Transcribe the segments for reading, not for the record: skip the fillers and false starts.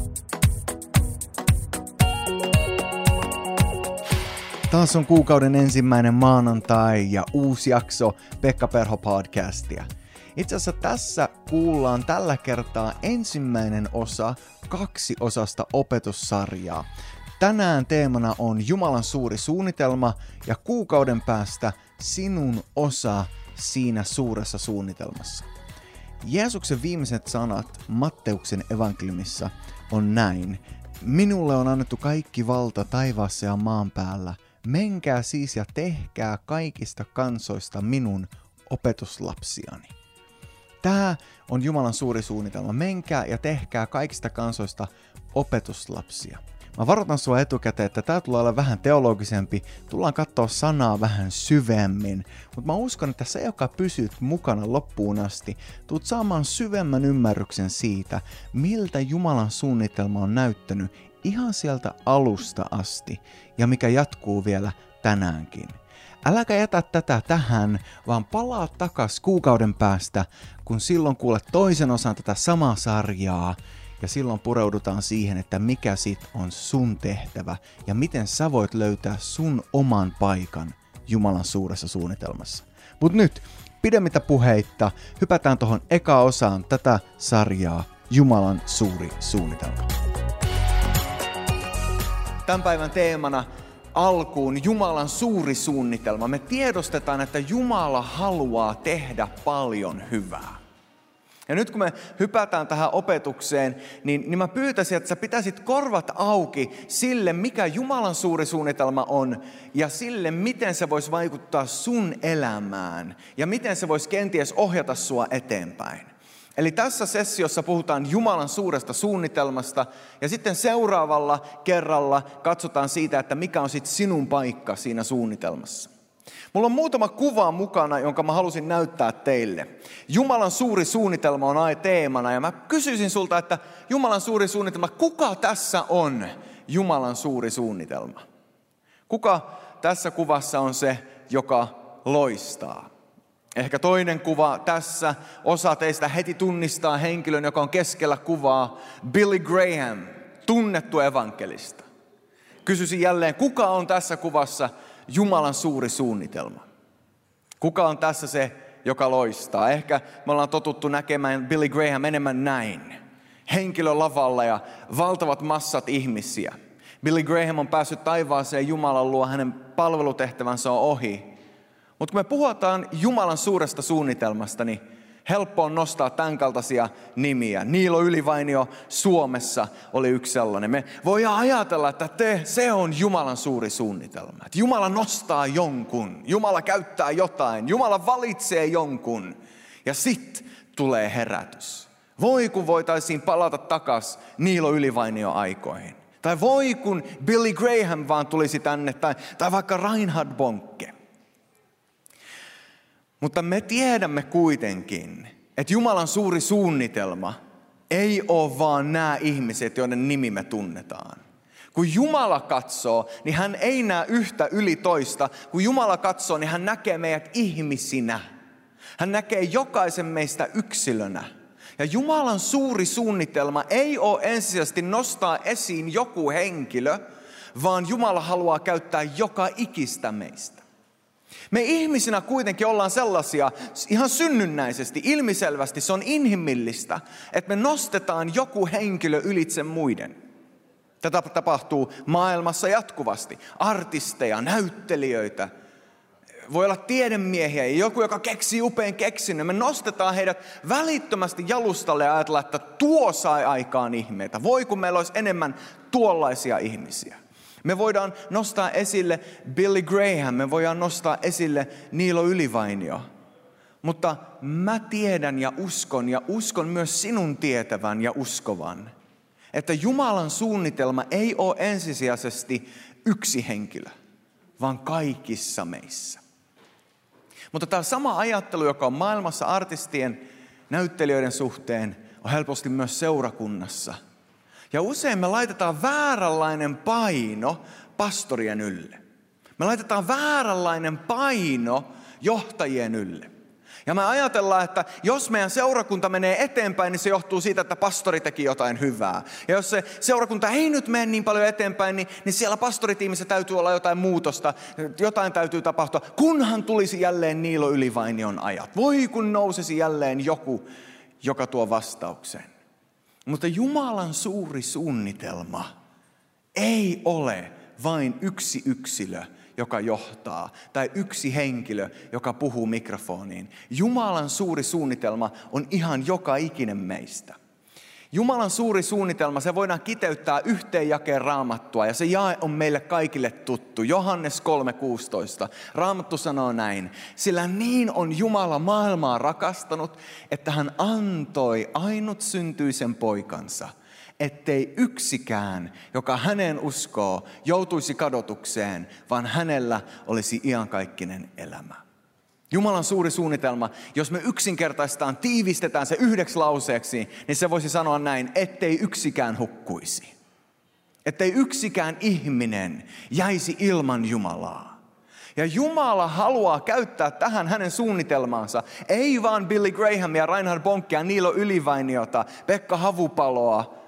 Taas on kuukauden ensimmäinen maanantai ja uusi jakso Pekka Perho podcastia. Itse asiassa tässä kuullaan tällä kertaa ensimmäinen osa kaksiosasta opetussarjaa. Tänään teemana on Jumalan suuri suunnitelma ja kuukauden päästä sinun osa siinä suuressa suunnitelmassa. Jeesuksen viimeiset sanat Matteuksen evankeliumissa on näin. Minulle on annettu kaikki valta taivaassa ja maan päällä. Menkää siis ja tehkää kaikista kansoista minun opetuslapsiani. Tämä on Jumalan suuri suunnitelma. Menkää ja tehkää kaikista kansoista opetuslapsia. Mä varoitan sua etukäteen, että tää tulee olla vähän teologisempi. Tullaan katsoa sanaa vähän syvemmin. Mutta mä uskon, että se, joka pysyt mukana loppuun asti, tulet saamaan syvemmän ymmärryksen siitä, miltä Jumalan suunnitelma on näyttänyt ihan sieltä alusta asti ja mikä jatkuu vielä tänäänkin. Äläkä jätä tätä tähän, vaan palaa takas kuukauden päästä, kun silloin kuulet toisen osan tätä samaa sarjaa ja silloin pureudutaan siihen, että mikä sit on sun tehtävä ja miten sä voit löytää sun oman paikan Jumalan suuressa suunnitelmassa. Mut nyt, pidemmittä puheitta, hypätään tohon eka osaan tätä sarjaa, Jumalan suuri suunnitelma. Tämän päivän teemana alkuun Jumalan suuri suunnitelma. Me tiedostetaan, että Jumala haluaa tehdä paljon hyvää. Ja nyt kun me hypätään tähän opetukseen, niin mä pyytäisin, että sä pitäisit korvat auki sille, mikä Jumalan suuri suunnitelma on, ja sille, miten se voisi vaikuttaa sun elämään, ja miten se voisi kenties ohjata sua eteenpäin. Eli tässä sessiossa puhutaan Jumalan suuresta suunnitelmasta, ja sitten seuraavalla kerralla katsotaan siitä, että mikä on sitten sinun paikka siinä suunnitelmassa. Mulla on muutama kuva mukana, jonka mä halusin näyttää teille. Jumalan suuri suunnitelma on teemana, ja mä kysyisin sulta, että Jumalan suuri suunnitelma, kuka tässä on Jumalan suuri suunnitelma? Kuka tässä kuvassa on se, joka loistaa? Ehkä toinen kuva tässä, osa teistä heti tunnistaa henkilön, joka on keskellä kuvaa, Billy Graham, tunnettu evankelista. Kysyisin jälleen, kuka on tässä kuvassa Jumalan suuri suunnitelma? Kuka on tässä se, joka loistaa? Ehkä me ollaan totuttu näkemään Billy Graham enemmän näin. Henkilö lavalla ja valtavat massat ihmisiä. Billy Graham on päässyt taivaaseen Jumalan luo, hänen palvelutehtävänsä on ohi. Mutta kun me puhutaan Jumalan suuresta suunnitelmasta, niin helppo on nostaa tämän kaltaisia nimiä. Niilo Ylivainio Suomessa oli yksi sellainen. Me voidaan ajatella, että se on Jumalan suuri suunnitelma. Että Jumala nostaa jonkun, Jumala käyttää jotain, Jumala valitsee jonkun ja sitten tulee herätys. Voi kun voitaisiin palata takaisin Niilo Ylivainio aikoihin. Tai voi kun Billy Graham vaan tulisi tänne tai vaikka Reinhard Bonke. Mutta me tiedämme kuitenkin, että Jumalan suuri suunnitelma ei ole vaan nämä ihmiset, joiden nimi me tunnetaan. Kun Jumala katsoo, niin hän ei näe yhtä yli toista. Kun Jumala katsoo, niin hän näkee meidät ihmisinä. Hän näkee jokaisen meistä yksilönä. Ja Jumalan suuri suunnitelma ei ole ensisijaisesti nostaa esiin joku henkilö, vaan Jumala haluaa käyttää joka ikistä meistä. Me ihmisinä kuitenkin ollaan sellaisia ihan synnynnäisesti, ilmiselvästi, se on inhimillistä, että me nostetaan joku henkilö ylitse muiden. Tätä tapahtuu maailmassa jatkuvasti. Artisteja, näyttelijöitä, voi olla tiedemiehiä ja joku, joka keksii upean keksinnön. Me nostetaan heidät välittömästi jalustalle ja ajatellaan, että tuo sai aikaan ihmeitä. Voi kun meillä olisi enemmän tuollaisia ihmisiä. Me voidaan nostaa esille Billy Graham, me voidaan nostaa esille Niilo Ylivainio. Mutta mä tiedän ja uskon myös sinun tietävän ja uskovan, että Jumalan suunnitelma ei ole ensisijaisesti yksi henkilö, vaan kaikissa meissä. Mutta tämä sama ajattelu, joka on maailmassa artistien, näyttelijöiden suhteen, on helposti myös seurakunnassa. Ja usein me laitetaan vääränlainen paino pastorien ylle. Me laitetaan vääränlainen paino johtajien ylle. Ja me ajatellaan, että jos meidän seurakunta menee eteenpäin, niin se johtuu siitä, että pastori teki jotain hyvää. Ja jos se seurakunta ei nyt mene niin paljon eteenpäin, niin siellä pastoritiimissä täytyy olla jotain muutosta. Jotain täytyy tapahtua, kunhan tulisi jälleen Niilo Ylivainion ajat. Voi kun nousisi jälleen joku, joka tuo vastauksen. Mutta Jumalan suuri suunnitelma ei ole vain yksi yksilö, joka johtaa, tai yksi henkilö, joka puhuu mikrofoniin. Jumalan suuri suunnitelma on ihan joka ikinen meistä. Jumalan suuri suunnitelma, se voidaan kiteyttää yhteen jakeen Raamattua, ja se jae on meille kaikille tuttu. Johannes 3:16. Raamattu sanoo näin: sillä niin on Jumala maailmaa rakastanut, että hän antoi ainutsyntyisen poikansa, ettei yksikään, joka häneen uskoo, joutuisi kadotukseen, vaan hänellä olisi iankaikkinen elämä. Jumalan suuri suunnitelma, jos me yksinkertaistaan, tiivistetään se yhdeksi lauseeksi, niin se voisi sanoa näin: ettei yksikään hukkuisi. Ettei yksikään ihminen jäisi ilman Jumalaa. Ja Jumala haluaa käyttää tähän hänen suunnitelmaansa, ei vaan Billy Grahamia, Reinhard Bonkia, Niilo Ylivainiota, Pekka Havupaloa.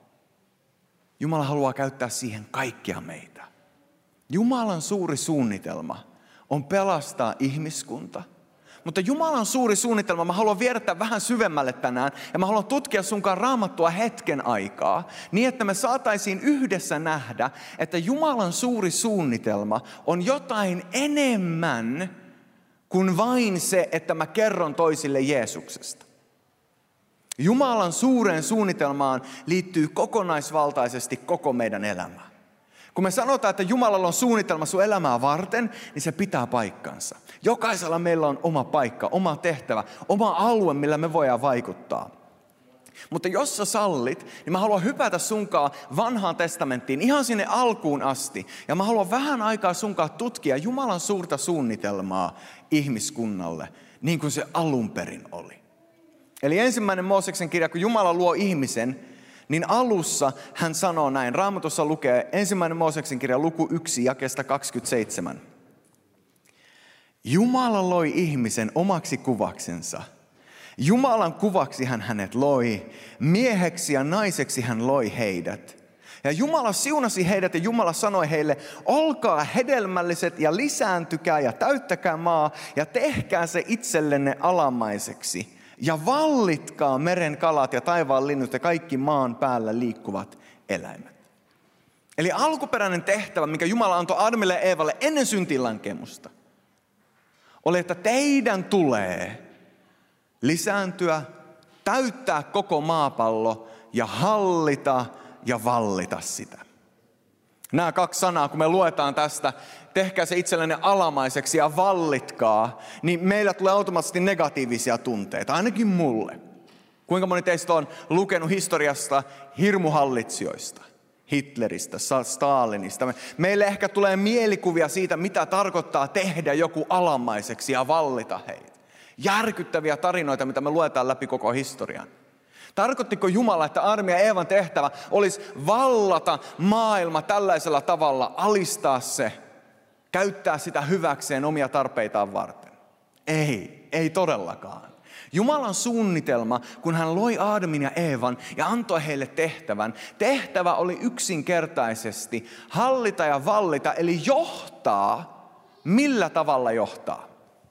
Jumala haluaa käyttää siihen kaikkia meitä. Jumalan suuri suunnitelma on pelastaa ihmiskunta. Mutta Jumalan suuri suunnitelma, mä haluan viedä vähän syvemmälle tänään. Ja mä haluan tutkia sunkaan Raamattua hetken aikaa, niin että me saataisiin yhdessä nähdä, että Jumalan suuri suunnitelma on jotain enemmän kuin vain se, että mä kerron toisille Jeesuksesta. Jumalan suureen suunnitelmaan liittyy kokonaisvaltaisesti koko meidän elämä. Kun me sanotaan, että Jumalalla on suunnitelma sun elämää varten, niin se pitää paikkansa. Jokaisella meillä on oma paikka, oma tehtävä, oma alue, millä me voidaan vaikuttaa. Mutta jos sä sallit, niin mä haluan hypätä sunkaan vanhaan testamenttiin ihan sinne alkuun asti. Ja mä haluan vähän aikaa sunkaan tutkia Jumalan suurta suunnitelmaa ihmiskunnalle, niin kuin se alun perin oli. Eli 1. Mooseksen kirja, kun Jumala luo ihmisen, niin alussa hän sanoo näin. Raamatussa lukee 1. Mooseksen kirja luku 1 jakeesta 27. Jumala loi ihmisen omaksi kuvaksensa. Jumalan kuvaksi hän hänet loi, mieheksi ja naiseksi hän loi heidät. Ja Jumala siunasi heidät ja Jumala sanoi heille: olkaa hedelmälliset ja lisääntykää ja täyttäkää maa ja tehkää se itsellenne alamaiseksi. Ja vallitkaa meren kalat ja taivaan linnut ja kaikki maan päällä liikkuvat eläimet. Eli alkuperäinen tehtävä, minkä Jumala antoi Aadamille ja Eevalle ennen syntiinlankemusta, oli, että teidän tulee lisääntyä, täyttää koko maapallo ja hallita ja vallita sitä. Nämä kaksi sanaa, kun me luetaan tästä, tehkää se itsellenne alamaiseksi ja vallitkaa, niin meillä tulee automaattisesti negatiivisia tunteita, ainakin mulle. Kuinka moni teistä on lukenut historiasta hirmuhallitsijoista, Hitleristä, Stalinista? Meille ehkä tulee mielikuvia siitä, mitä tarkoittaa tehdä joku alamaiseksi ja vallita heitä. Järkyttäviä tarinoita, mitä me luetaan läpi koko historian. Tarkoittiko Jumala, että Aadamin ja Eevan tehtävä olisi vallata maailma tällaisella tavalla, alistaa se, käyttää sitä hyväkseen omia tarpeitaan varten? Ei todellakaan. Jumalan suunnitelma, kun hän loi Aadamin ja Eevan ja antoi heille tehtävän, tehtävä oli yksinkertaisesti hallita ja vallita, eli johtaa. Millä tavalla johtaa?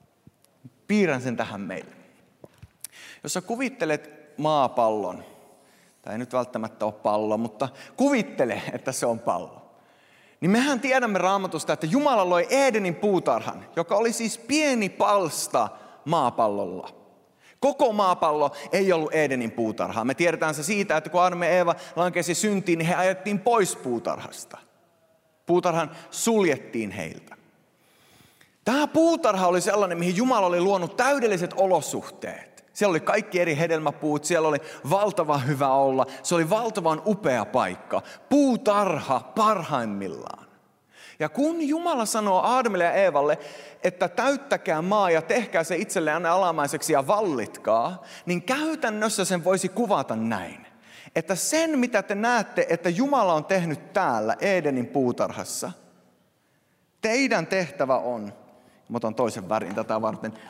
Piirrän sen tähän meille. Jos sä kuvittelet maapallon, tai ei nyt välttämättä ole pallo, mutta kuvittele, että se on pallo. Niin mehän tiedämme Raamatusta, että Jumala loi Edenin puutarhan, joka oli siis pieni palsta maapallolla. Koko maapallo ei ollut Edenin puutarhaa. Me tiedetään se siitä, että kun Aadam ja Eeva lankesi syntiin, niin he ajettiin pois puutarhasta. Puutarhan suljettiin heiltä. Tämä puutarha oli sellainen, mihin Jumala oli luonut täydelliset olosuhteet. Siellä oli kaikki eri hedelmäpuut, siellä oli valtavan hyvä olla. Se oli valtavan upea paikka. Puutarha parhaimmillaan. Ja kun Jumala sanoo Aadamille ja Eevalle, että täyttäkää maa ja tehkää se itselleen alamaiseksi ja vallitkaa, niin käytännössä sen voisi kuvata näin. Että sen, mitä te näette, että Jumala on tehnyt täällä Edenin puutarhassa, teidän tehtävä on, mä otan toisen värin tätä varten,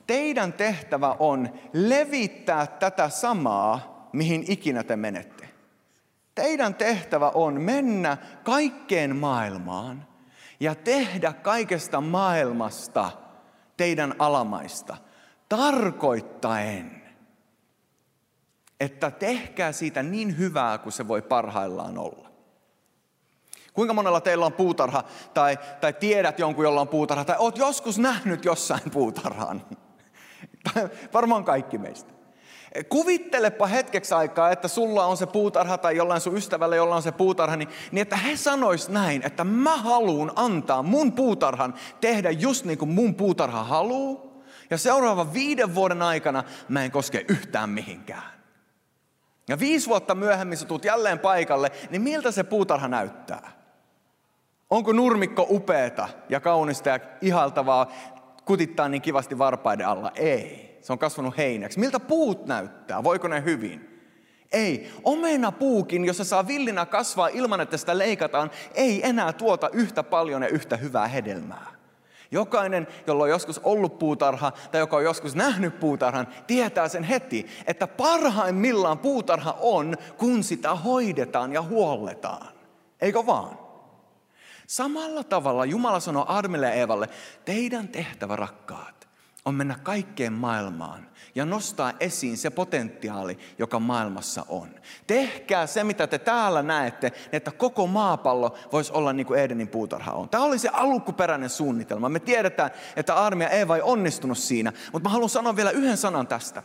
teidän tehtävä on levittää tätä samaa, mihin ikinä te menette. Teidän tehtävä on mennä kaikkeen maailmaan ja tehdä kaikesta maailmasta teidän alamaista, tarkoittaen, että tehkää siitä niin hyvää kuin se voi parhaillaan olla. Kuinka monella teillä on puutarha tai tiedät jonkun, jolla on puutarha, tai oot joskus nähnyt jossain puutarhan? Varmaan kaikki meistä. Kuvittelepa hetkeksi aikaa, että sulla on se puutarha tai jollain sun ystävällä, jolla on se puutarha, niin että he sanois näin, että mä haluun antaa mun puutarhan tehdä just niin kuin mun puutarha haluu, ja seuraavan 5 vuoden aikana mä en koske yhtään mihinkään. Ja 5 vuotta myöhemmin sä tuut jälleen paikalle, niin miltä se puutarha näyttää? Onko nurmikko upeata ja kaunista ja ihailtavaa, kutittaa niin kivasti varpaiden alla? Ei. Se on kasvanut heinäksi. Miltä puut näyttää? Voiko ne hyvin? Ei. Omenapuukin, jos se saa villinä kasvaa ilman, että sitä leikataan, ei enää tuota yhtä paljon ja yhtä hyvää hedelmää. Jokainen, jolla on joskus ollut puutarha tai joka on joskus nähnyt puutarhan, tietää sen heti, että parhaimmillaan puutarha on, kun sitä hoidetaan ja huolletaan. Eikö vaan? Samalla tavalla Jumala sanoi Aadamille ja Eevalle, teidän tehtävä, rakkaat, on mennä kaikkeen maailmaan ja nostaa esiin se potentiaali, joka maailmassa on. Tehkää se, mitä te täällä näette, että koko maapallo voisi olla niin kuin Edenin puutarha on. Tämä oli se alkuperäinen suunnitelma. Me tiedetään, että Aadam ja Eeva ei onnistunut siinä, mutta mä haluan sanoa vielä yhden sanan tästä.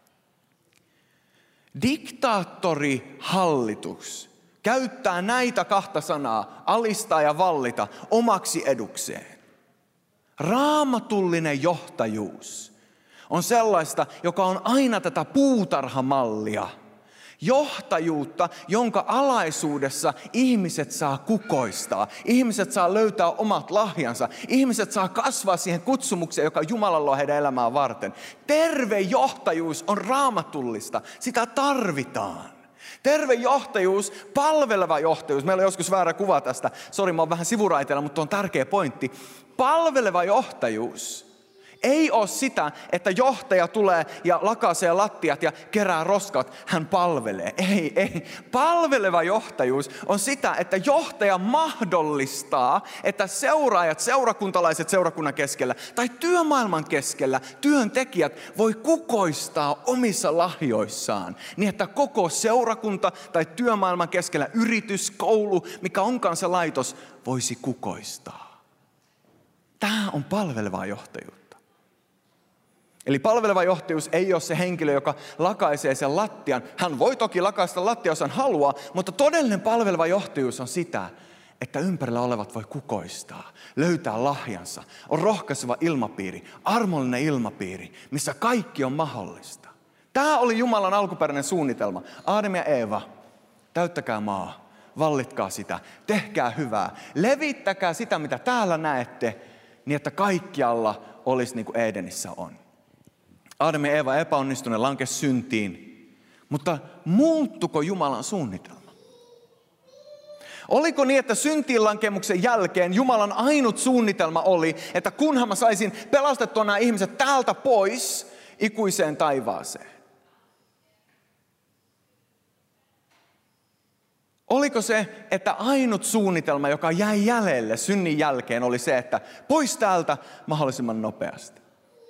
Diktaattorihallitus käyttää näitä 2 sanaa, alistaa ja vallita, omaksi edukseen. Raamatullinen johtajuus on sellaista, joka on aina tätä puutarhamallia. Johtajuutta, jonka alaisuudessa ihmiset saa kukoistaa. Ihmiset saa löytää omat lahjansa. Ihmiset saa kasvaa siihen kutsumukseen, joka Jumalalla on heidän elämää varten. Terve johtajuus on raamatullista. Sitä tarvitaan. Terve johtajuus, palveleva johtajuus. Meillä on joskus väärä kuva tästä. Sori, mä oon vähän sivuraiteella, mutta on tärkeä pointti. Palveleva johtajuus ei ole sitä, että johtaja tulee ja lakaisee lattiat ja kerää roskat. Hän palvelee. Ei. Palveleva johtajuus on sitä, että johtaja mahdollistaa, että seuraajat, seurakuntalaiset seurakunnan keskellä tai työmaailman keskellä työntekijät voi kukoistaa omissa lahjoissaan. Niin, että koko seurakunta tai työmaailman keskellä yritys, koulu, mikä onkaan se laitos, voisi kukoistaa. Tämä on palvelevaa johtajuutta. Eli palveleva johtajuus ei ole se henkilö, joka lakaisee sen lattian. Hän voi toki lakaista lattia, jos hän haluaa, mutta todellinen palveleva johtajuus on sitä, että ympärillä olevat voi kukoistaa, löytää lahjansa, on rohkaiseva ilmapiiri, armollinen ilmapiiri, missä kaikki on mahdollista. Tämä oli Jumalan alkuperäinen suunnitelma. Aadam ja Eeva, täyttäkää maa, vallitkaa sitä, tehkää hyvää, levittäkää sitä, mitä täällä näette, niin että kaikkialla olisi niin kuin Edenissä on. Aadam ja Eeva epäonnistuneet, lankesi syntiin, mutta muuttuko Jumalan suunnitelma? Oliko niin, että syntiin lankemuksen jälkeen Jumalan ainut suunnitelma oli, että kunhan mä saisin pelastettua nämä ihmiset täältä pois ikuiseen taivaaseen? Oliko se, että ainut suunnitelma, joka jäi jäljelle synnin jälkeen, oli se, että pois täältä mahdollisimman nopeasti?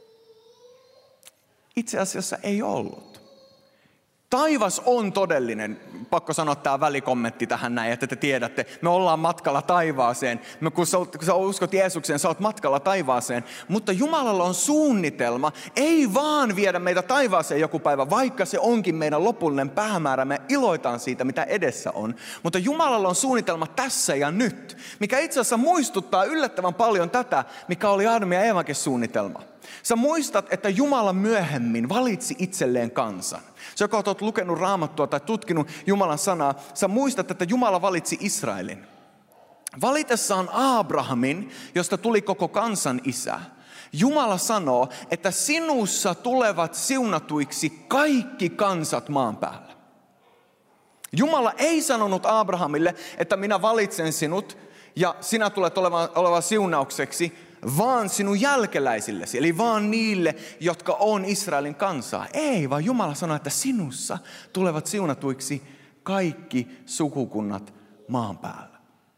Itse asiassa ei ollut. Taivas on todellinen. Pakko sanoa tämä välikommentti tähän näin, että te tiedätte. Me ollaan matkalla taivaaseen. Kun sä uskot Jeesukseen, sä oot matkalla taivaaseen. Mutta Jumalalla on suunnitelma, ei vaan viedä meitä taivaaseen joku päivä, vaikka se onkin meidän lopullinen päämäärä. Me iloitaan siitä, mitä edessä on. Mutta Jumalalla on suunnitelma tässä ja nyt, mikä itse asiassa muistuttaa yllättävän paljon tätä, mikä oli Aadam ja Eevankin suunnitelma. Sä muistat, että Jumala myöhemmin valitsi itselleen kansan. Sä, joka olet lukenut Raamattua tai tutkinut Jumalan sanaa, sä muistat, että Jumala valitsi Israelin. Valitessaan Abrahamin, josta tuli koko kansan isä, Jumala sanoo, että sinussa tulevat siunatuiksi kaikki kansat maan päällä. Jumala ei sanonut Abrahamille, että minä valitsen sinut ja sinä tulet olevan siunaukseksi vaan sinun jälkeläisillesi, eli vaan niille, jotka on Israelin kansaa. Ei, vaan Jumala sanoi, että sinussa tulevat siunatuiksi kaikki sukukunnat maan päällä.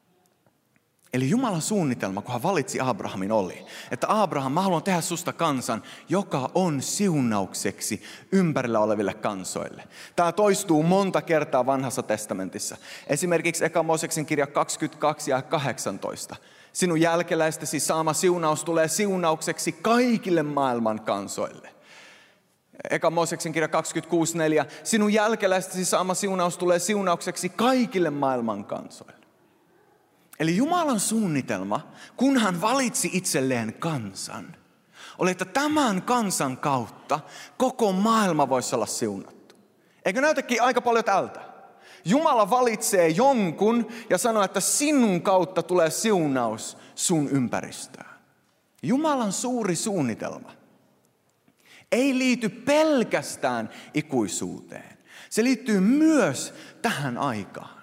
Eli Jumalan suunnitelma, kun hän valitsi Abrahamin, oli, että Abraham, mä haluan tehdä susta kansan, joka on siunaukseksi ympärillä oleville kansoille. Tämä toistuu monta kertaa Vanhassa testamentissa. Esimerkiksi Eka Mooseksen kirja 22 ja 18. Sinun jälkeläistesi saama siunaus tulee siunaukseksi kaikille maailman kansoille. Eka Mooseksen kirja 26:4. Sinun jälkeläistesi saama siunaus tulee siunaukseksi kaikille maailman kansoille. Eli Jumalan suunnitelma, kun hän valitsi itselleen kansan, oli, että tämän kansan kautta koko maailma voisi olla siunattu. Eikö näytäkin aika paljon tältä? Jumala valitsee jonkun ja sanoo, että sinun kautta tulee siunaus sun ympäristöön. Jumalan suuri suunnitelma ei liity pelkästään ikuisuuteen. Se liittyy myös tähän aikaan.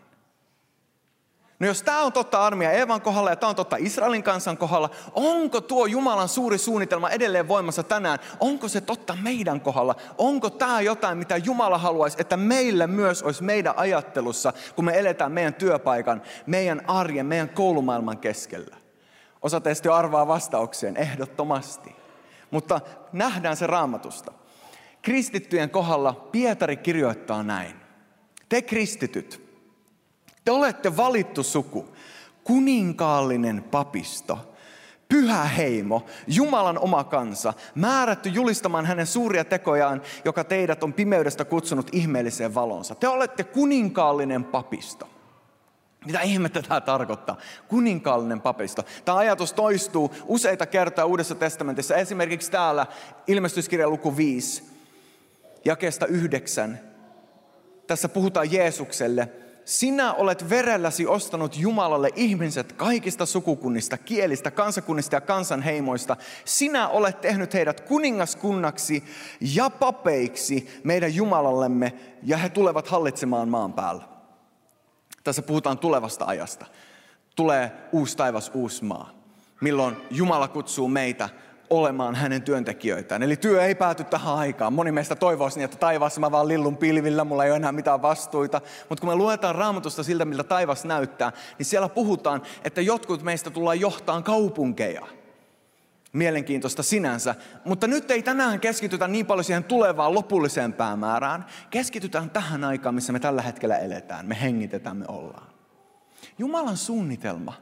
No jos tämä on totta Armi ja Eevan kohdalla ja tämä on totta Israelin kansan kohdalla, onko tuo Jumalan suuri suunnitelma edelleen voimassa tänään? Onko se totta meidän kohdalla? Onko tämä jotain, mitä Jumala haluaisi, että meillä myös olisi meidän ajattelussa, kun me eletään meidän työpaikan, meidän arjen, meidän koulumaailman keskellä? Osa teistä jo arvaa vastaukseen, ehdottomasti. Mutta nähdään se Raamatusta. Kristittyjen kohdalla Pietari kirjoittaa näin. Te kristityt, te olette valittu suku, kuninkaallinen papisto, pyhä heimo, Jumalan oma kansa, määrätty julistamaan hänen suuria tekojaan, joka teidät on pimeydestä kutsunut ihmeelliseen valonsa. Te olette kuninkaallinen papisto. Mitä ihmettä tämä tarkoittaa? Kuninkaallinen papisto. Tämä ajatus toistuu useita kertaa Uudessa testamentissa. Esimerkiksi täällä Ilmestyskirjan luku 5, jakeesta 9. Tässä puhutaan Jeesukselle. Sinä olet verelläsi ostanut Jumalalle ihmiset kaikista sukukunnista, kielistä, kansakunnista ja kansanheimoista. Sinä olet tehnyt heidät kuningaskunnaksi ja papeiksi meidän Jumalallemme, ja he tulevat hallitsemaan maan päällä. Tässä puhutaan tulevasta ajasta. Tulee uusi taivas, uusi maa, milloin Jumala kutsuu meitä olemaan hänen työntekijöitään. Eli työ ei pääty tähän aikaan. Moni meistä toivoisi niin, että taivaassa mä vaan lillun pilvillä, mulla ei ole enää mitään vastuita. Mutta kun me luetaan Raamatusta siltä, miltä taivas näyttää, niin siellä puhutaan, että jotkut meistä tullaan johtaan kaupunkeja. Mielenkiintoista sinänsä. Mutta nyt ei tänään keskitytä niin paljon siihen tulevaan lopulliseen päämäärään. Keskitytään tähän aikaan, missä me tällä hetkellä eletään. Me hengitetään, me ollaan. Jumalan suunnitelma.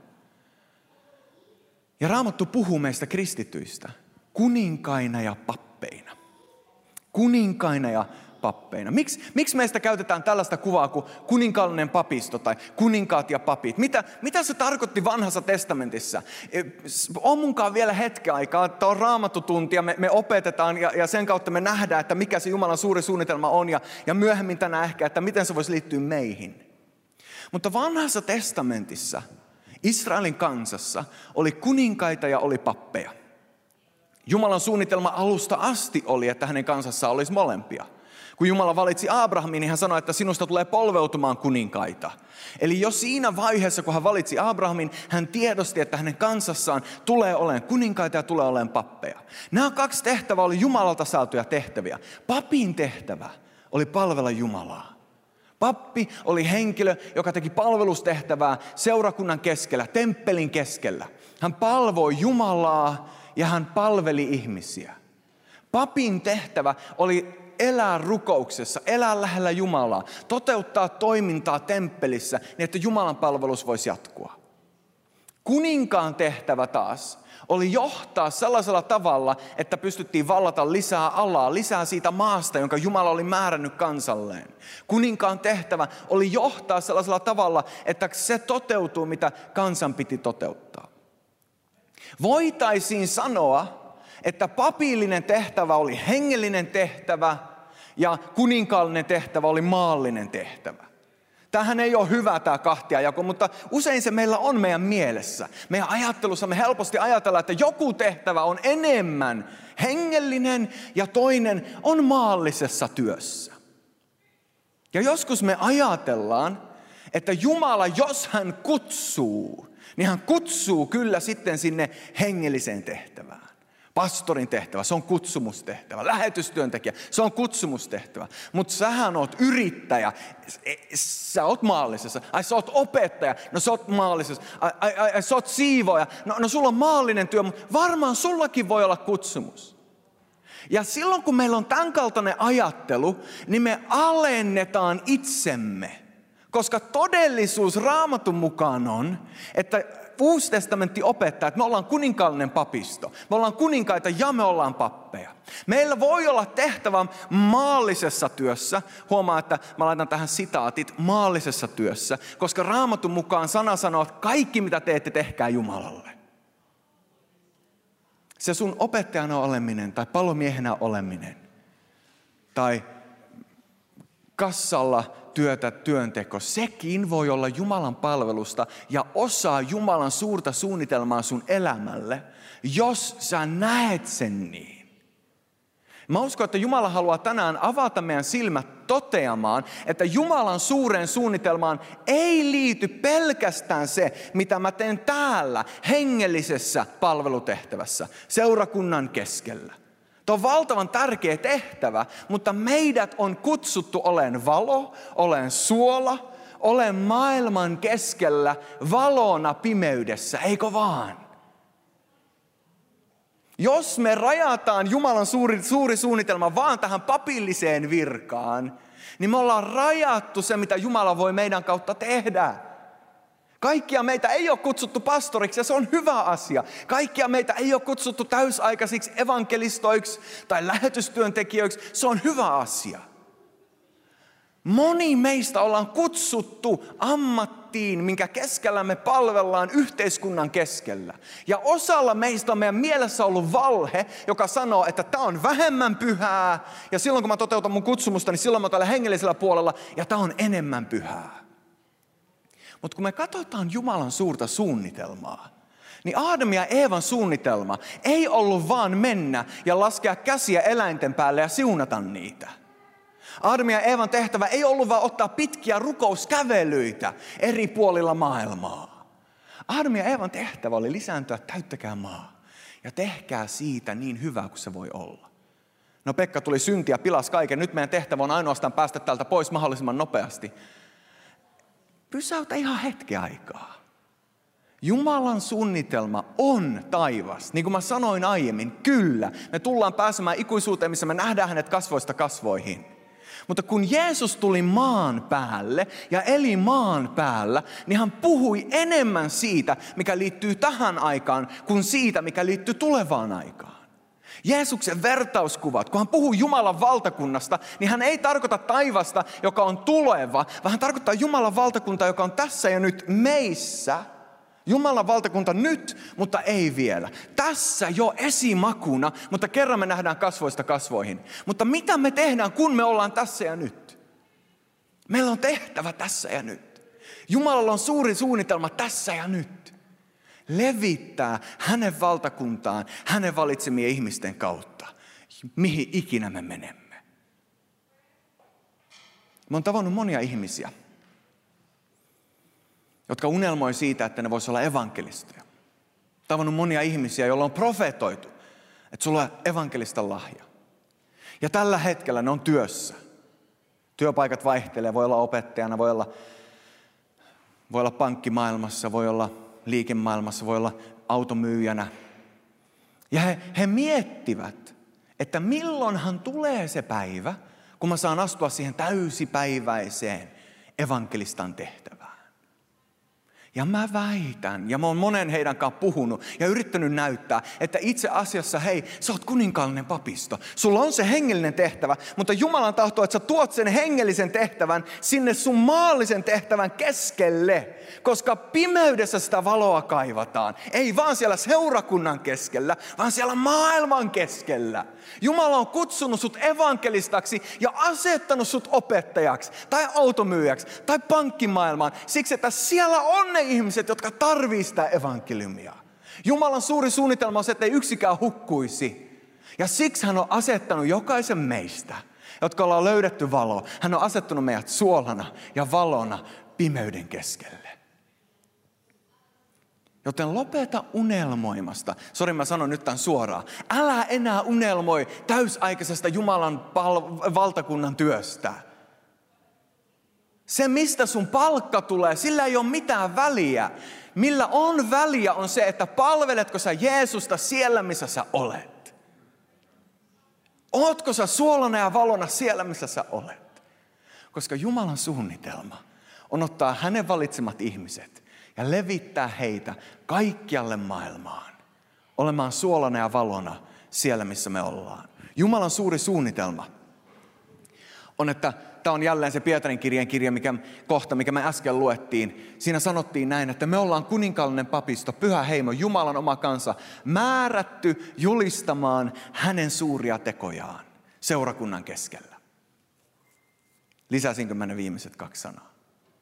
Ja Raamattu puhuu meistä kristityistä kuninkaina ja pappeina. Kuninkaina ja pappeina. Miksi meistä käytetään tällaista kuvaa kuin kuninkaallinen papisto tai kuninkaat ja papit? Mitä se tarkoitti Vanhassa testamentissa? On munkaan vielä hetken aikaa, että on Raamattutunti ja me opetetaan ja sen kautta me nähdään, että mikä se Jumalan suuri suunnitelma on ja myöhemmin tänään ehkä, että miten se voisi liittyä meihin. Mutta Vanhassa testamentissa Israelin kansassa oli kuninkaita ja oli pappeja. Jumalan suunnitelma alusta asti oli, että hänen kansassaan olisi molempia. Kun Jumala valitsi Abrahamin, niin hän sanoi, että sinusta tulee polveutumaan kuninkaita. Eli jo siinä vaiheessa, kun hän valitsi Abrahamin, hän tiedosti, että hänen kansassaan tulee olemaan kuninkaita ja tulee olemaan pappeja. Nämä kaksi tehtävää oli Jumalalta saatuja tehtäviä. Papin tehtävä oli palvella Jumalaa. Pappi oli henkilö, joka teki palvelustehtävää seurakunnan keskellä, temppelin keskellä. Hän palvoi Jumalaa ja hän palveli ihmisiä. Papin tehtävä oli elää rukouksessa, elää lähellä Jumalaa, toteuttaa toimintaa temppelissä niin, että Jumalan palvelus voisi jatkua. Kuninkaan tehtävä taas oli johtaa sellaisella tavalla, että pystyttiin vallata lisää alaa, lisää siitä maasta, jonka Jumala oli määrännyt kansalleen. Kuninkaan tehtävä oli johtaa sellaisella tavalla, että se toteutuu, mitä kansan piti toteuttaa. Voitaisiin sanoa, että papillinen tehtävä oli hengellinen tehtävä ja kuninkaallinen tehtävä oli maallinen tehtävä. Tämähän ei ole hyvä tämä kahtiajako, mutta usein se meillä on meidän mielessä. Meidän ajattelussa me helposti ajatellaan, että joku tehtävä on enemmän hengellinen ja toinen on maallisessa työssä. Ja joskus me ajatellaan, että Jumala, jos hän kutsuu, niin hän kutsuu kyllä sitten sinne hengelliseen tehtävään. Pastorin tehtävä, se on kutsumustehtävä. Lähetystyöntekijä, se on kutsumustehtävä. Mutta sähän oot yrittäjä, sä oot maallisessa. Ai sä oot opettaja, no sä oot maallisessa. Ai sä oot siivoja, no sulla on maallinen työ, mutta varmaan sullakin voi olla kutsumus. Ja silloin kun meillä on tämän kaltainen ajattelu, niin me alennetaan itsemme. Koska todellisuus Raamatun mukaan on, että Uusi testamentti opettaa, että me ollaan kuninkaallinen papisto. Me ollaan kuninkaita ja me ollaan pappeja. Meillä voi olla tehtävä maallisessa työssä. Huomaa, että mä laitan tähän sitaatit maallisessa työssä. Koska Raamatun mukaan sana sanoo, että kaikki mitä teette, tehkää Jumalalle. Se sun opettajana oleminen tai palomiehenä oleminen tai kassalla työnteko, sekin voi olla Jumalan palvelusta ja osa Jumalan suurta suunnitelmaa sun elämälle, jos sä näet sen niin. Mä uskon, että Jumala haluaa tänään avata meidän silmät toteamaan, että Jumalan suureen suunnitelmaan ei liity pelkästään se, mitä mä teen täällä hengellisessä palvelutehtävässä, seurakunnan keskellä. Tuo on valtavan tärkeä tehtävä, mutta meidät on kutsuttu olen valo, olen suola, olen maailman keskellä valona pimeydessä, eikö vaan? Jos me rajataan Jumalan suuri suunnitelma vaan tähän papilliseen virkaan, niin me ollaan rajattu se, mitä Jumala voi meidän kautta tehdä. Kaikkia meitä ei ole kutsuttu pastoriksi ja se on hyvä asia. Kaikkia meitä ei ole kutsuttu täysaikaisiksi evankelistoiksi tai lähetystyöntekijöiksi. Se on hyvä asia. Moni meistä ollaan kutsuttu ammattiin, minkä keskellä me palvellaan yhteiskunnan keskellä. Ja osalla meistä on meidän mielessä ollut valhe, joka sanoo, että tämä on vähemmän pyhää. Ja silloin kun mä toteutan mun kutsumusta, niin silloin mä oon täällä hengellisellä puolella ja tämä on enemmän pyhää. Mutta kun me katsotaan Jumalan suurta suunnitelmaa, niin Aadamin ja Eevan suunnitelma ei ollut vaan mennä ja laskea käsiä eläinten päälle ja siunata niitä. Aadamin ja Eevan tehtävä ei ollut vaan ottaa pitkiä rukouskävelyitä eri puolilla maailmaa. Aadamin ja Eevan tehtävä oli lisääntyä, täyttäkää maa ja tehkää siitä niin hyvää kuin se voi olla. No Pekka tuli synti ja pilasi kaiken. Nyt meidän tehtävä on ainoastaan päästä täältä pois mahdollisimman nopeasti. Pysäytä ihan hetken aikaa. Jumalan suunnitelma on taivas. Niin kuin mä sanoin aiemmin, kyllä. Me tullaan pääsemään ikuisuuteen, missä me nähdään hänet kasvoista kasvoihin. Mutta kun Jeesus tuli maan päälle ja eli maan päällä, niin hän puhui enemmän siitä, mikä liittyy tähän aikaan, kuin siitä, mikä liittyy tulevaan aikaan. Jeesuksen vertauskuvat, kun hän puhuu Jumalan valtakunnasta, niin hän ei tarkoita taivasta, joka on tuleva, vaan hän tarkoittaa Jumalan valtakuntaa, joka on tässä ja nyt meissä. Jumalan valtakunta nyt, mutta ei vielä. Tässä jo esimakuna, mutta kerran me nähdään kasvoista kasvoihin. Mutta mitä me tehdään, kun me ollaan tässä ja nyt? Meillä on tehtävä tässä ja nyt. Jumalalla on suuri suunnitelma tässä ja nyt. Levittää hänen valtakuntaan, hänen valitsemien ihmisten kautta, mihin ikinä me menemme. Mä oon tavannut monia ihmisiä, jotka unelmoi siitä, että ne voisivat olla evankelistoja. Tavannut monia ihmisiä, joilla on profetoitu, että sulla on evankelistan lahja. Ja tällä hetkellä ne on työssä. Työpaikat vaihtelee, voi olla opettajana, voi olla pankkimaailmassa, voi olla liikemaailmassa, voi olla automyyjänä. Ja he miettivät, että milloinhan tulee se päivä, kun mä saan astua siihen täysipäiväiseen evankelistan tehtävään. Ja mä väitän, ja mä oon monen heidän kanssa puhunut ja yrittänyt näyttää, että itse asiassa hei, sä oot kuninkaallinen papisto. Sulla on se hengellinen tehtävä, mutta Jumalan tahtoo, että sä tuot sen hengellisen tehtävän sinne sun maallisen tehtävän keskelle. Koska pimeydessä sitä valoa kaivataan. Ei vaan siellä seurakunnan keskellä, vaan siellä maailman keskellä. Jumala on kutsunut sut evankelistaksi ja asettanut sut opettajaksi tai automyyjäksi tai pankkimaailmaan. Siksi, että siellä on ne ihmiset, jotka tarvitsevat sitä evankeliumia. Jumalan suuri suunnitelma on se, että ei yksikään hukkuisi. Ja siksi hän on asettanut jokaisen meistä, jotka ollaan löydetty valoa. Hän on asettanut meidät suolana ja valona pimeyden keskelle. Joten lopeta unelmoimasta. Sori, mä sanon nyt tämän suoraan. Älä enää unelmoi täysaikaisesta Jumalan valtakunnan työstä. Se, mistä sun palkka tulee, sillä ei ole mitään väliä. Millä on väliä on se, että palveletko sä Jeesusta siellä, missä sä olet. Ootko sä suolana ja valona siellä, missä sä olet. Koska Jumalan suunnitelma on ottaa hänen valitsemat ihmiset ja levittää heitä kaikkialle maailmaan. Olemaan suolana ja valona siellä, missä me ollaan. Jumalan suuri suunnitelma on, että tämä on jälleen se Pietarin kirjeen kirja, mikä me äsken luettiin. Siinä sanottiin näin, että me ollaan kuninkaallinen papisto, pyhä heimo, Jumalan oma kansa, määrätty julistamaan hänen suuria tekojaan seurakunnan keskellä. Lisäsinkö mä ne viimeiset 2 sanaa?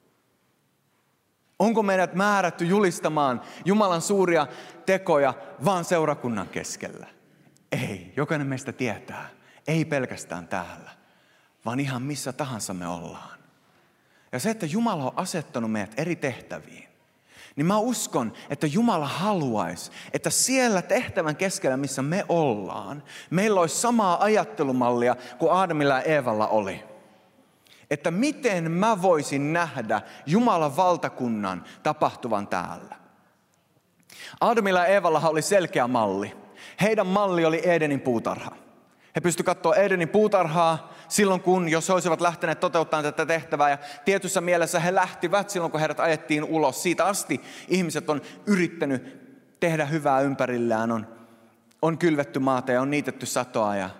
Onko meidät määrätty julistamaan Jumalan suuria tekoja vaan seurakunnan keskellä? Ei, jokainen meistä tietää. Ei pelkästään täällä, vaan ihan missä tahansa me ollaan. Ja se, että Jumala on asettanut meidät eri tehtäviin, niin mä uskon, että Jumala haluaisi, että siellä tehtävän keskellä, missä me ollaan, meillä olisi samaa ajattelumallia kuin Aadamilla ja Eevalla oli. Että miten mä voisin nähdä Jumalan valtakunnan tapahtuvan täällä. Aadamilla ja Eevallahan oli selkeä malli. Heidän malli oli Edenin puutarha. He pystyivät katsoa Edenin puutarhaa silloin, jos he olisivat lähteneet toteuttamaan tätä tehtävää. Ja tietyssä mielessä he lähtivät silloin, kun heidät ajettiin ulos. Siitä asti ihmiset on yrittänyt tehdä hyvää ympärillään. On kylvetty maata ja on niitetty satoa.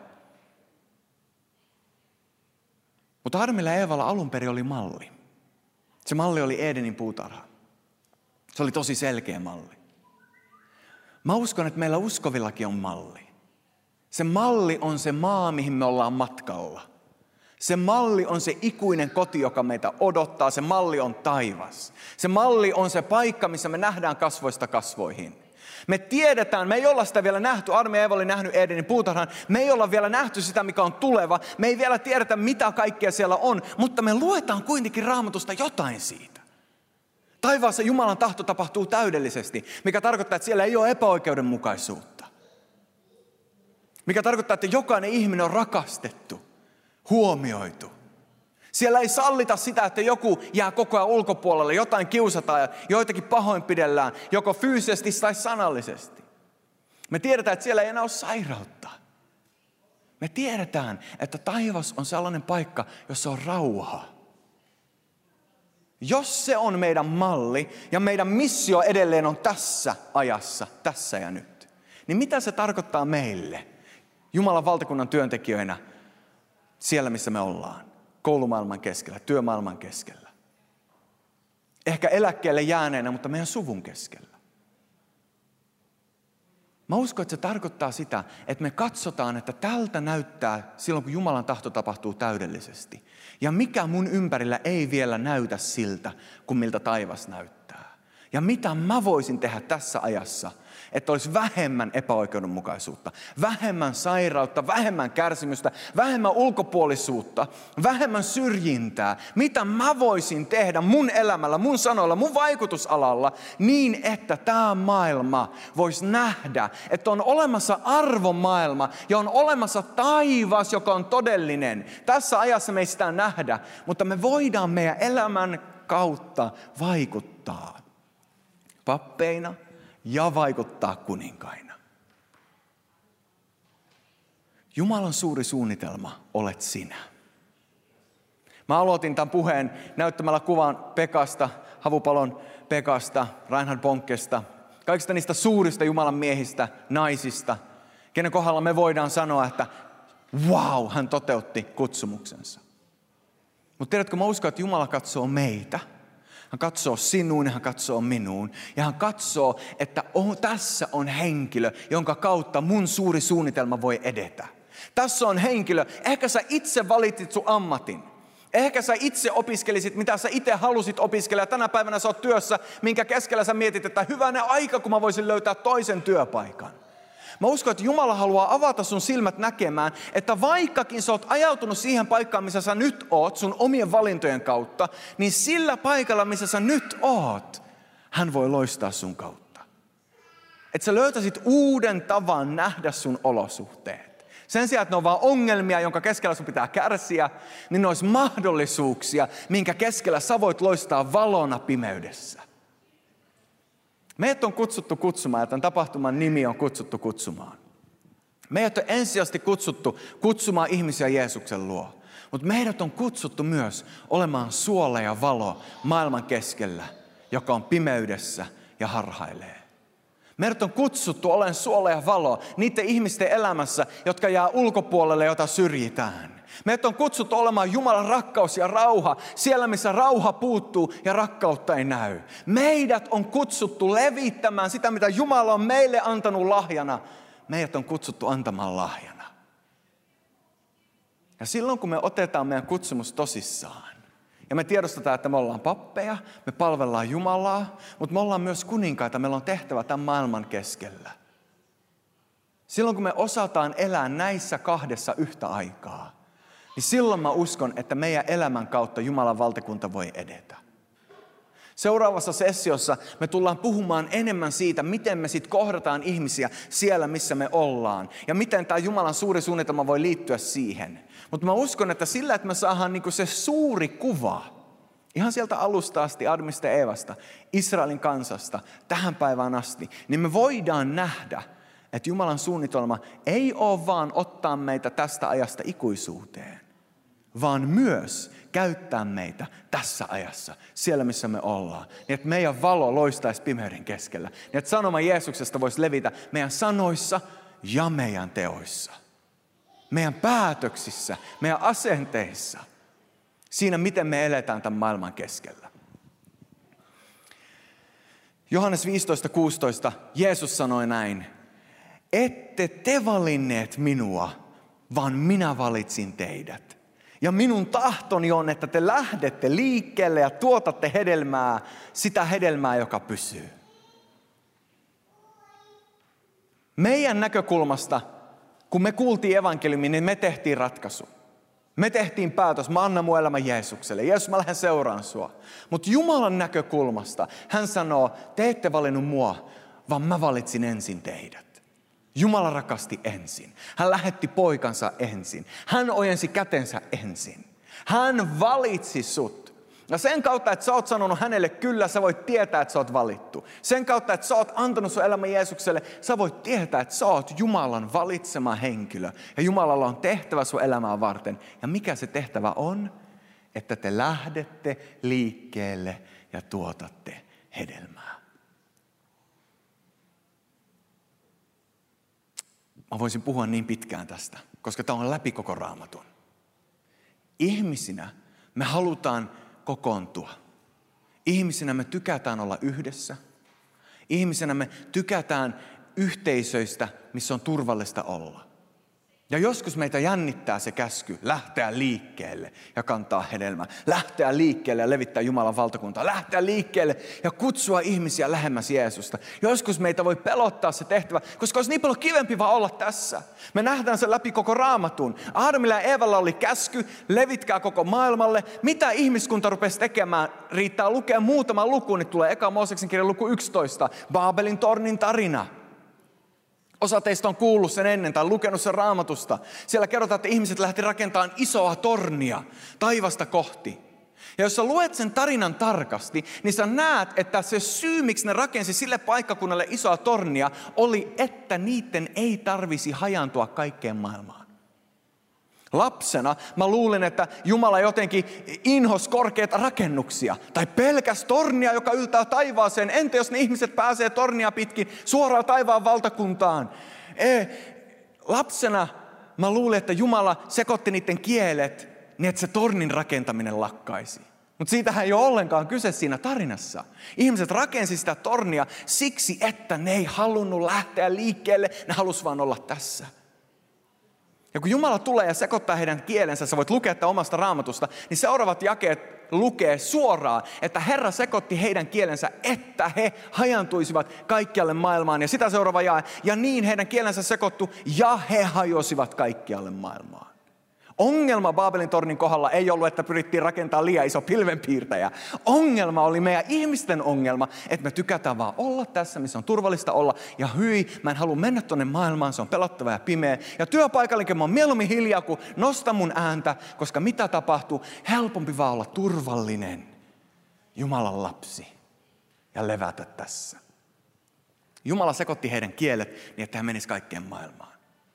Mutta Aadamilla ja Eevalla alun perin oli malli. Se malli oli Edenin puutarha. Se oli tosi selkeä malli. Mä uskon, että meillä uskovillakin on malli. Se malli on se maa, mihin me ollaan matkalla. Se malli on se ikuinen koti, joka meitä odottaa. Se malli on taivas. Se malli on se paikka, missä me nähdään kasvoista kasvoihin. Me tiedetään, me ei olla sitä vielä nähty. Aadam ja Eeva oli nähnyt Edenin puutarhan. Me ei olla vielä nähty sitä, mikä on tuleva. Me ei vielä tiedetä, mitä kaikkea siellä on. Mutta me luetaan kuitenkin Raamatusta jotain siitä. Taivaassa Jumalan tahto tapahtuu täydellisesti, mikä tarkoittaa, että siellä ei ole epäoikeudenmukaisuutta. Mikä tarkoittaa, että jokainen ihminen on rakastettu, huomioitu. Siellä ei sallita sitä, että joku jää koko ajan ulkopuolelle, jotain kiusataan ja joitakin pahoinpidellään, joko fyysisesti tai sanallisesti. Me tiedetään, että siellä ei enää ole sairautta. Me tiedetään, että taivas on sellainen paikka, jossa on rauha. Jos se on meidän malli ja meidän missio edelleen on tässä ajassa, tässä ja nyt, niin mitä se tarkoittaa meille Jumalan valtakunnan työntekijöinä siellä, missä me ollaan? Koulumaailman keskellä, työmaailman keskellä. Ehkä eläkkeelle jääneenä, mutta meidän suvun keskellä. Mä uskon, että se tarkoittaa sitä, että me katsotaan, että tältä näyttää silloin, kun Jumalan tahto tapahtuu täydellisesti. Ja mikä mun ympärillä ei vielä näytä siltä, kuin miltä taivas näyttää. Ja mitä mä voisin tehdä tässä ajassa, että olisi vähemmän epäoikeudenmukaisuutta, vähemmän sairautta, vähemmän kärsimystä, vähemmän ulkopuolisuutta, vähemmän syrjintää. Mitä mä voisin tehdä mun elämällä, mun sanoilla, mun vaikutusalalla niin, että tämä maailma voisi nähdä, että on olemassa arvomaailma ja on olemassa taivas, joka on todellinen. Tässä ajassa me ei sitä nähdä, mutta me voidaan meidän elämän kautta vaikuttaa pappeina ja vaikuttaa kuninkaina. Jumalan suuri suunnitelma olet sinä. Mä aloitin tämän puheen näyttämällä kuvan Pekasta, Havupalon Pekasta, Reinhard Bonckesta, kaikista niistä suurista Jumalan miehistä, naisista, kenen kohdalla me voidaan sanoa, että wow, hän toteutti kutsumuksensa. Mutta tiedätkö, mä uskon, että Jumala katsoo meitä. Hän katsoo sinuun ja hän katsoo minuun. Ja hän katsoo, että tässä on henkilö, jonka kautta mun suuri suunnitelma voi edetä. Tässä on henkilö, ehkä sä itse valitsit sun ammatin. Ehkä sä itse opiskelisit, mitä sä itse halusit opiskella. Ja tänä päivänä sä oot työssä, minkä keskellä sä mietit, että hyvänen aika, kun mä voisin löytää toisen työpaikan. Mä uskon, että Jumala haluaa avata sun silmät näkemään, että vaikkakin sä oot ajautunut siihen paikkaan, missä sä nyt oot sun omien valintojen kautta, niin sillä paikalla, missä sä nyt oot, hän voi loistaa sun kautta. Että sä löytäisit uuden tavan nähdä sun olosuhteet. Sen sijaan, että ne on vaan ongelmia, jonka keskellä sun pitää kärsiä, niin ne olisi mahdollisuuksia, minkä keskellä sä voit loistaa valona pimeydessä. Meidät on kutsuttu kutsumaan, ja tämän tapahtuman nimi on kutsuttu kutsumaan. Meidät on ensisijaisesti kutsuttu kutsumaan ihmisiä Jeesuksen luo. Mutta meidät on kutsuttu myös olemaan suola ja valo maailman keskellä, joka on pimeydessä ja harhailee. Meidät on kutsuttu olemaan suola ja valo niiden ihmisten elämässä, jotka jää ulkopuolelle, jota syrjitään. Meidät on kutsuttu olemaan Jumalan rakkaus ja rauha siellä, missä rauha puuttuu ja rakkautta ei näy. Meidät on kutsuttu levittämään sitä, mitä Jumala on meille antanut lahjana. Meidät on kutsuttu antamaan lahjana. Ja silloin, kun me otetaan meidän kutsumus tosissaan, ja me tiedostetaan, että me ollaan pappeja, me palvellaan Jumalaa, mutta me ollaan myös kuninkaita, meillä on tehtävä tämän maailman keskellä. Silloin, kun me osataan elää näissä kahdessa yhtä aikaa, niin silloin mä uskon, että meidän elämän kautta Jumalan valtakunta voi edetä. Seuraavassa sessiossa me tullaan puhumaan enemmän siitä, miten me sitten kohdataan ihmisiä siellä, missä me ollaan. Ja miten tämä Jumalan suuri suunnitelma voi liittyä siihen. Mutta mä uskon, että sillä, että me saadaan niinku se suuri kuva, ihan sieltä alusta asti, Admista ja Eevasta, Israelin kansasta, tähän päivään asti, niin me voidaan nähdä, että Jumalan suunnitelma ei ole vaan ottaa meitä tästä ajasta ikuisuuteen, vaan myös käyttää meitä tässä ajassa, siellä missä me ollaan. Niin että meidän valo loistaisi pimeyden keskellä. Niin että sanoma Jeesuksesta voisi levitä meidän sanoissa ja meidän teoissa. Meidän päätöksissä, meidän asenteissa. Siinä, miten me eletään tämän maailman keskellä. Johannes 15:16 Jeesus sanoi näin. Ette te valinneet minua, vaan minä valitsin teidät. Ja minun tahtoni on, että te lähdette liikkeelle ja tuotatte hedelmää, sitä hedelmää, joka pysyy. Meidän näkökulmasta, kun me kuultiin evankeliumin, niin me tehtiin ratkaisu. Me tehtiin päätös, mä annan mun elämän Jeesukselle. Jeesus, mä lähden seuraan sua. Mutta Jumalan näkökulmasta hän sanoo, te ette valinnut mua, vaan mä valitsin ensin teidät. Jumala rakasti ensin. Hän lähetti poikansa ensin. Hän ojensi kätensä ensin. Hän valitsi sut. Ja sen kautta, että sä oot sanonut hänelle kyllä, sä voit tietää, että sä oot valittu. Sen kautta, että sä oot antanut sun elämän Jeesukselle, sä voit tietää, että sä oot Jumalan valitsema henkilö. Ja Jumalalla on tehtävä sun elämää varten. Ja mikä se tehtävä on? Että te lähdette liikkeelle ja tuotatte hedelmää. Mä voisin puhua niin pitkään tästä, koska tämä on läpi koko Raamatun. Ihmisinä me halutaan kokoontua. Ihmisinä me tykätään olla yhdessä. Ihmisinä me tykätään yhteisöistä, missä on turvallista olla. Ja joskus meitä jännittää se käsky lähteä liikkeelle ja kantaa hedelmää. Lähteä liikkeelle ja levittää Jumalan valtakuntaa. Lähteä liikkeelle ja kutsua ihmisiä lähemmäs Jeesusta. Joskus meitä voi pelottaa se tehtävä, koska olisi niin paljon kivempi vaan olla tässä. Me nähdään se läpi koko Raamatun. Aadamilla ja Eevalla oli käsky, levitkää koko maailmalle. Mitä ihmiskunta rupesi tekemään? Riittää lukea muutama luku, niin tulee eka Mooseksen kirjan luku 11. Baabelin tornin tarina. Osa teistä on kuullut sen ennen tai lukenut sen Raamatusta. Siellä kerrotaan, että ihmiset lähti rakentamaan isoa tornia taivasta kohti. Ja jos sä luet sen tarinan tarkasti, niin sä näet, että se syy, miksi ne rakensi sille paikkakunnalle isoa tornia, oli, että niiden ei tarvisi hajantua kaikkeen maailmaan. Lapsena mä luulin, että Jumala jotenkin inhos korkeita rakennuksia tai pelkäs tornia, joka yltää taivaaseen. Entä jos ne ihmiset pääsee tornia pitkin suoraan taivaan valtakuntaan? Lapsena mä luulin, että Jumala sekoitti niiden kielet niin, että se tornin rakentaminen lakkaisi. Mutta siitähän ei ole ollenkaan kyse siinä tarinassa. Ihmiset rakensi sitä tornia siksi, että ne ei halunnut lähteä liikkeelle, ne halusivat vaan olla tässä. Ja kun Jumala tulee ja sekoittaa heidän kielensä, sä voit lukea tämän omasta raamatusta, niin seuraavat jakeet lukee suoraan, että Herra sekoitti heidän kielensä, että he hajantuisivat kaikkialle maailmaan. Ja sitä seuraava jae, ja niin heidän kielensä sekoittu, ja he hajosivat kaikkialle maailmaan. Ongelma Baabelin tornin kohdalla ei ollut, että pyrittiin rakentamaan liian iso pilvenpiirtäjä. Ongelma oli meidän ihmisten ongelma, että me tykätään vaan olla tässä, missä on turvallista olla. Ja hyi, mä en halua mennä tonne maailmaan, se on pelottava ja pimeä. Ja työpaikallekin mä oon mieluummin hiljaa, kun nostan mun ääntä, koska mitä tapahtuu? Helpompi vaan olla turvallinen Jumalan lapsi ja levätä tässä. Jumala sekoitti heidän kielet niin, että he menisivät kaikkeen maailmaan.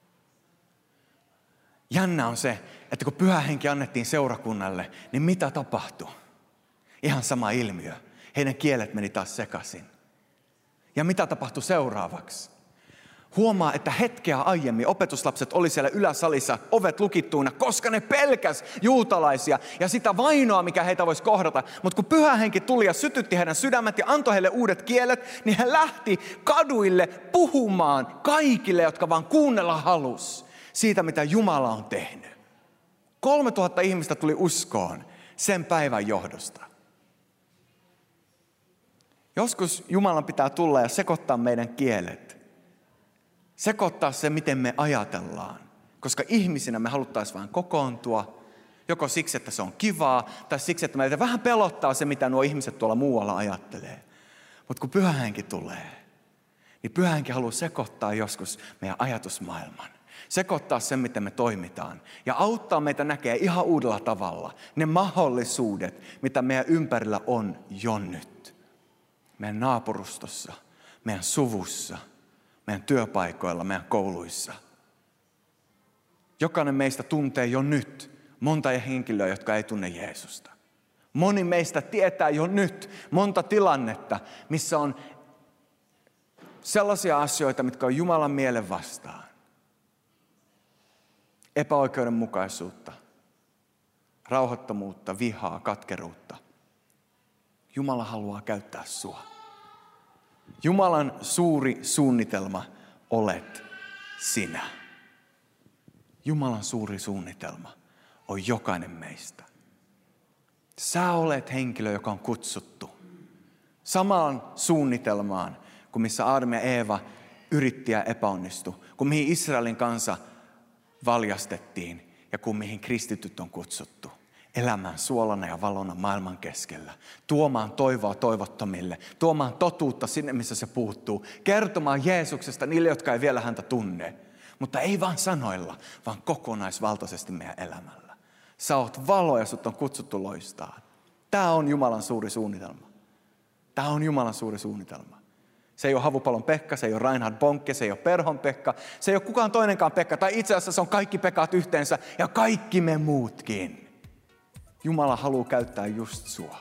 Jännä on se, että kun Pyhä Henki annettiin seurakunnalle, niin mitä tapahtui? Ihan sama ilmiö. Heidän kielet meni taas sekaisin. Ja mitä tapahtui seuraavaksi? Huomaa, että hetkeä aiemmin opetuslapset oli siellä yläsalissa, ovet lukittuina, koska ne pelkäs juutalaisia ja sitä vainoa, mikä heitä voisi kohdata. Mutta kun Pyhä Henki tuli ja sytytti heidän sydämet ja antoi heille uudet kielet, niin he lähti kaduille puhumaan kaikille, jotka vaan kuunnella halus siitä, mitä Jumala on tehnyt. 3000 ihmistä tuli uskoon sen päivän johdosta. Joskus Jumalan pitää tulla ja sekoittaa meidän kielet. Sekoittaa se, miten me ajatellaan. Koska ihmisinä me haluttaisiin vain kokoontua. Joko siksi, että se on kivaa, tai siksi, että meitä vähän pelottaa se, mitä nuo ihmiset tuolla muualla ajattelee. Mutta kun Pyhä Henki tulee, niin Pyhä Henki haluaa sekoittaa joskus meidän ajatusmaailman. Sekoittaa sen, miten me toimitaan. Ja auttaa meitä näkee ihan uudella tavalla ne mahdollisuudet, mitä meidän ympärillä on jo nyt. Meidän naapurustossa, meidän suvussa, meidän työpaikoilla, meidän kouluissa. Jokainen meistä tuntee jo nyt monta henkilöä, jotka ei tunne Jeesusta. Moni meistä tietää jo nyt monta tilannetta, missä on sellaisia asioita, mitkä on Jumalan mielen vastaan. Epäoikeudenmukaisuutta, rauhattomuutta, vihaa, katkeruutta. Jumala haluaa käyttää sua. Jumalan suuri suunnitelma olet sinä. Jumalan suuri suunnitelma on jokainen meistä. Sä olet henkilö, joka on kutsuttu samaan suunnitelmaan kuin missä Adam ja Eeva yritti ja epäonnistui, kuin mihin Israelin kansa valjastettiin ja kuin mihin kristityt on kutsuttu. Elämään suolana ja valona maailman keskellä. Tuomaan toivoa toivottomille. Tuomaan totuutta sinne, missä se puuttuu. Kertomaan Jeesuksesta niille, jotka ei vielä häntä tunne. Mutta ei vaan sanoilla, vaan kokonaisvaltaisesti meidän elämällä. Sä oot valo ja sut on kutsuttu loistaa. Tää on Jumalan suuri suunnitelma. Tää on Jumalan suuri suunnitelma. Se ei ole Havupalon Pekka, se ei ole Reinhard Bonke, se ei ole Perhon Pekka, se ei ole kukaan toinenkaan Pekka. Tai itse asiassa se on kaikki Pekat yhteensä ja kaikki me muutkin. Jumala haluaa käyttää just sua.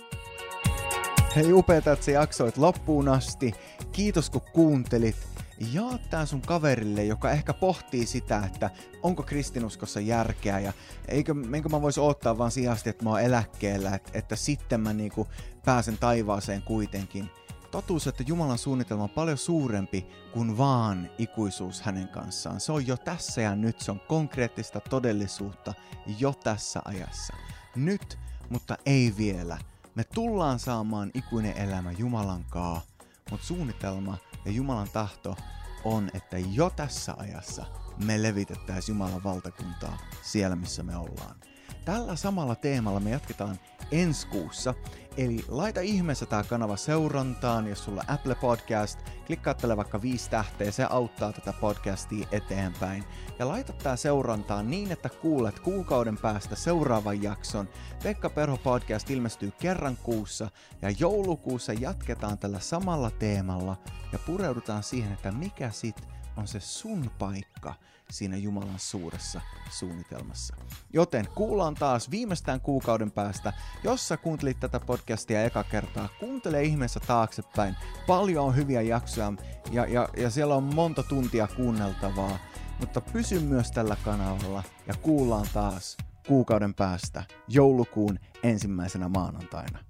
Hei, upeeta, että sä jaksoit loppuun asti. Kiitos kun kuuntelit. Jaa tää sun kaverille, joka ehkä pohtii sitä, että onko kristinuskossa järkeä ja eikö mä vois odottaa vaan siihen asti, että mä oon eläkkeellä, että sitten mä niinku pääsen taivaaseen kuitenkin. Totuus, että Jumalan suunnitelma on paljon suurempi kuin vaan ikuisuus hänen kanssaan. Se on jo tässä ja nyt, se on konkreettista todellisuutta jo tässä ajassa. Nyt, mutta ei vielä. Me tullaan saamaan ikuinen elämä Jumalan kaa, mutta suunnitelma ja Jumalan tahto on, että jo tässä ajassa me levitettäisiin Jumalan valtakuntaa siellä, missä me ollaan. Tällä samalla teemalla me jatketaan ensi kuussa, eli laita ihmeessä tää kanava seurantaan, jos sulla Apple Podcast, klikkaattele vaikka 5 tähteä, se auttaa tätä podcastia eteenpäin. Ja laita tää seurantaan niin, että kuulet kuukauden päästä seuraavan jakson. Pekka Perho Podcast ilmestyy kerran kuussa ja joulukuussa jatketaan tällä samalla teemalla ja pureudutaan siihen, että mikä sit on se sun paikka siinä Jumalan suuressa suunnitelmassa. Joten kuullaan taas viimeistään kuukauden päästä. Jos sä kuuntelit tätä podcastia eka kertaa, kuuntele ihmeessä taaksepäin. Paljon on hyviä jaksoja ja siellä on monta tuntia kuunneltavaa. Mutta pysy myös tällä kanavalla ja kuullaan taas kuukauden päästä joulukuun 1. maanantaina.